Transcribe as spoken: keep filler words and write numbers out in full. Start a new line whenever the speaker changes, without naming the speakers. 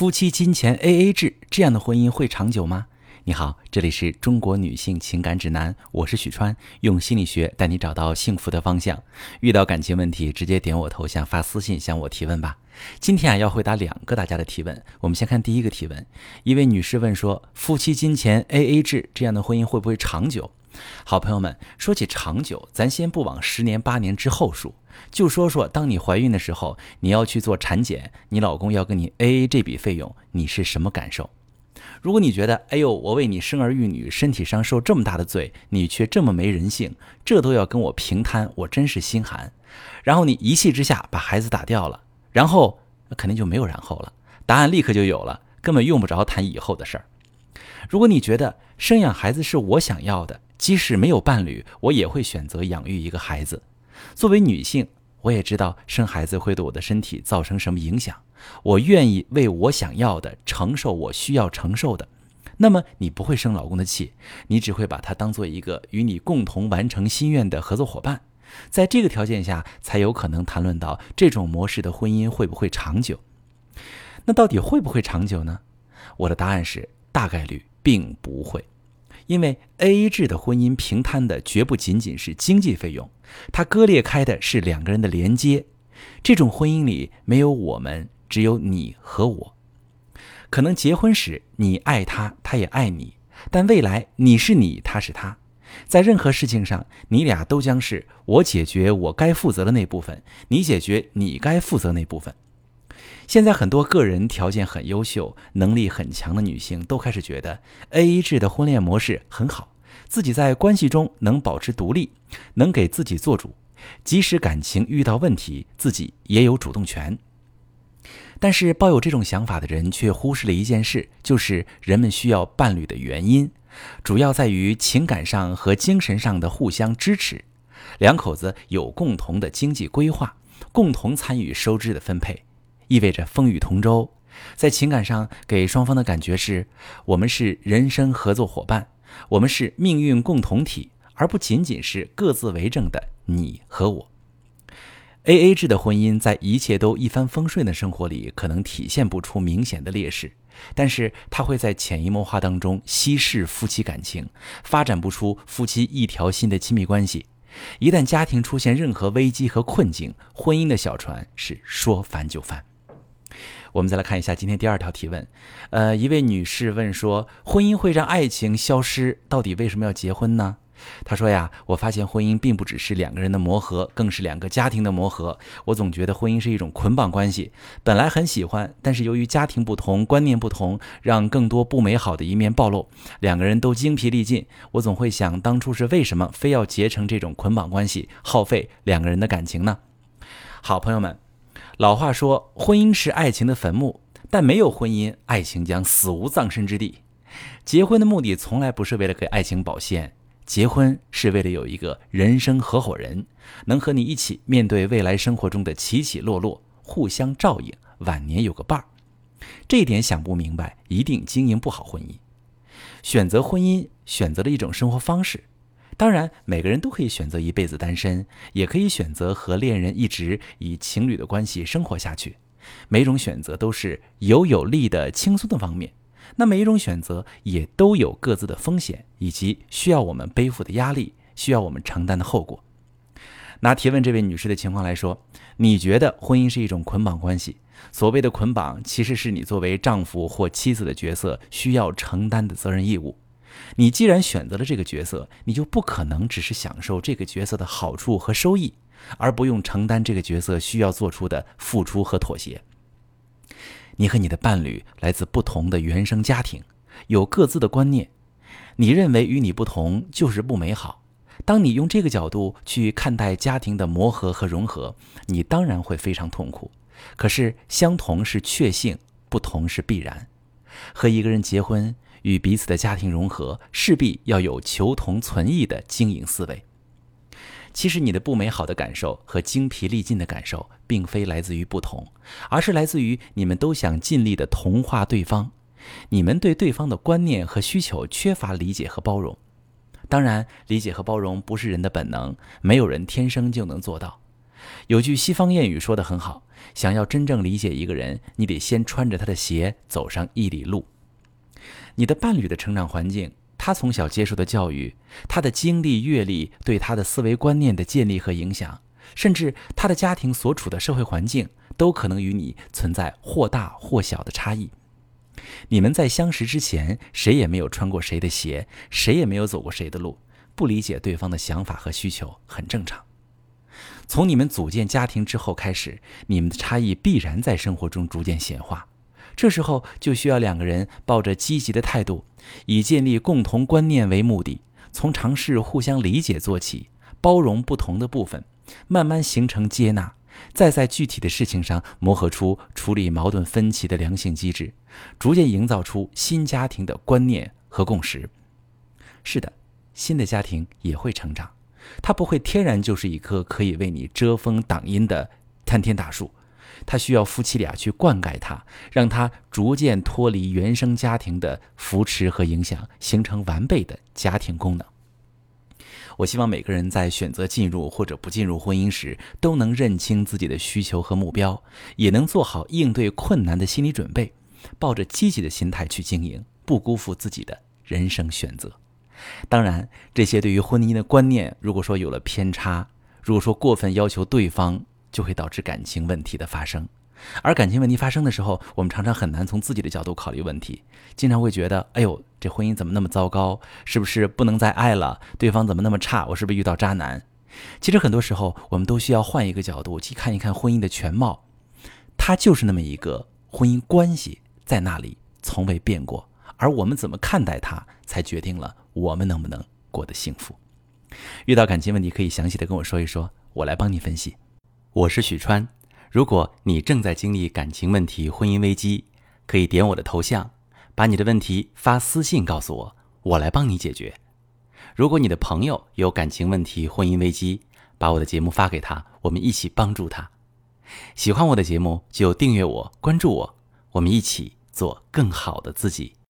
夫妻金钱 A A 制，这样的婚姻会长久吗？你好，这里是中国女性情感指南，我是许川，用心理学带你找到幸福的方向。遇到感情问题，直接点我头像发私信向我提问吧。今天啊，要回答两个大家的提问。我们先看第一个提问，一位女士问说，夫妻金钱 A A 制，这样的婚姻会不会长久？好朋友们，说起长久，咱先不往十年八年之后数，就说说当你怀孕的时候，你要去做产检，你老公要跟你 A A 这笔费用，你是什么感受？如果你觉得，哎呦，我为你生儿育女，身体上受这么大的罪，你却这么没人性，这都要跟我平摊，我真是心寒。然后你一气之下把孩子打掉了，然后肯定就没有然后了，答案立刻就有了，根本用不着谈以后的事儿。如果你觉得生养孩子是我想要的，即使没有伴侣，我也会选择养育一个孩子。作为女性，我也知道生孩子会对我的身体造成什么影响，我愿意为我想要的承受我需要承受的。那么你不会生老公的气，你只会把他当做一个与你共同完成心愿的合作伙伴。在这个条件下，才有可能谈论到这种模式的婚姻会不会长久。那到底会不会长久呢？我的答案是大概率并不会。因为 A A 制的婚姻平摊的绝不仅仅是经济费用，它割裂开的是两个人的连接。这种婚姻里没有我们，只有你和我。可能结婚时你爱他，他也爱你，但未来你是你，他是他。在任何事情上，你俩都将是我解决我该负责的那部分，你解决你该负责那部分。现在很多个人条件很优秀、能力很强的女性都开始觉得 A A 制的婚恋模式很好，自己在关系中能保持独立，能给自己做主，即使感情遇到问题，自己也有主动权。但是抱有这种想法的人却忽视了一件事，就是人们需要伴侣的原因，主要在于情感上和精神上的互相支持。两口子有共同的经济规划，共同参与收支的分配，意味着风雨同舟。在情感上给双方的感觉是，我们是人生合作伙伴，我们是命运共同体，而不仅仅是各自为政的你和我。A A 制的婚姻在一切都一帆风顺的生活里可能体现不出明显的劣势，但是它会在潜移默化当中稀释夫妻感情，发展不出夫妻一条心的亲密关系。一旦家庭出现任何危机和困境，婚姻的小船是说翻就翻。我们再来看一下今天第二条提问，呃，一位女士问说，婚姻会让爱情消失，到底为什么要结婚呢？她说呀，我发现婚姻并不只是两个人的磨合，更是两个家庭的磨合。我总觉得婚姻是一种捆绑关系，本来很喜欢，但是由于家庭不同，观念不同，让更多不美好的一面暴露，两个人都精疲力尽。我总会想，当初是为什么非要结成这种捆绑关系，耗费两个人的感情呢？好朋友们，老话说，婚姻是爱情的坟墓，但没有婚姻，爱情将死无葬身之地。结婚的目的从来不是为了给爱情保鲜，结婚是为了有一个人生合伙人，能和你一起面对未来生活中的起起落落，互相照应，晚年有个伴儿。这一点想不明白，一定经营不好婚姻。选择婚姻，选择了一种生活方式。当然，每个人都可以选择一辈子单身，也可以选择和恋人一直以情侣的关系生活下去。每种选择都是有有利的、轻松的方面，那每一种选择也都有各自的风险，以及需要我们背负的压力，需要我们承担的后果。拿提问这位女士的情况来说，你觉得婚姻是一种捆绑关系，所谓的捆绑其实是你作为丈夫或妻子的角色需要承担的责任义务。你既然选择了这个角色，你就不可能只是享受这个角色的好处和收益，而不用承担这个角色需要做出的付出和妥协。你和你的伴侣来自不同的原生家庭，有各自的观念，你认为与你不同就是不美好。当你用这个角度去看待家庭的磨合和融合，你当然会非常痛苦。可是相同是确幸，不同是必然。和一个人结婚，与彼此的家庭融合，势必要有求同存异的经营思维。其实你的不美好的感受和精疲力尽的感受，并非来自于不同，而是来自于你们都想尽力的同化对方，你们对对方的观念和需求缺乏理解和包容。当然，理解和包容不是人的本能，没有人天生就能做到。 有句西方谚语说得很好，想要真正理解一个人，你得先穿着他的鞋走上一里路。你的伴侣的成长环境，他从小接受的教育，他的经历阅历对他的思维观念的建立和影响，甚至他的家庭所处的社会环境，都可能与你存在或大或小的差异。你们在相识之前，谁也没有穿过谁的鞋，谁也没有走过谁的路，不理解对方的想法和需求很正常。从你们组建家庭之后开始，你们的差异必然在生活中逐渐显化，这时候就需要两个人抱着积极的态度，以建立共同观念为目的，从尝试互相理解做起，包容不同的部分，慢慢形成接纳，再在具体的事情上磨合出处理矛盾分歧的良性机制，逐渐营造出新家庭的观念和共识。是的，新的家庭也会成长，它不会天然就是一棵可以为你遮风挡阴的参天大树，它需要夫妻俩去灌溉它，让它逐渐脱离原生家庭的扶持和影响，形成完备的家庭功能。我希望每个人在选择进入或者不进入婚姻时，都能认清自己的需求和目标，也能做好应对困难的心理准备，抱着积极的心态去经营，不辜负自己的人生选择。当然，这些对于婚姻的观念，如果说有了偏差，如果说过分要求对方，就会导致感情问题的发生。而感情问题发生的时候，我们常常很难从自己的角度考虑问题，经常会觉得，哎呦，这婚姻怎么那么糟糕？是不是不能再爱了？对方怎么那么差？我是不是遇到渣男？其实很多时候，我们都需要换一个角度去看一看婚姻的全貌，它就是那么一个婚姻关系，在那里从未变过，而我们怎么看待它，才决定了我们能不能过得幸福。遇到感情问题，可以详细的跟我说一说，我来帮你分析。我是许川，如果你正在经历感情问题、婚姻危机，可以点我的头像，把你的问题发私信告诉我，我来帮你解决。如果你的朋友有感情问题、婚姻危机，把我的节目发给他，我们一起帮助他。喜欢我的节目就订阅我、关注我，我们一起做更好的自己。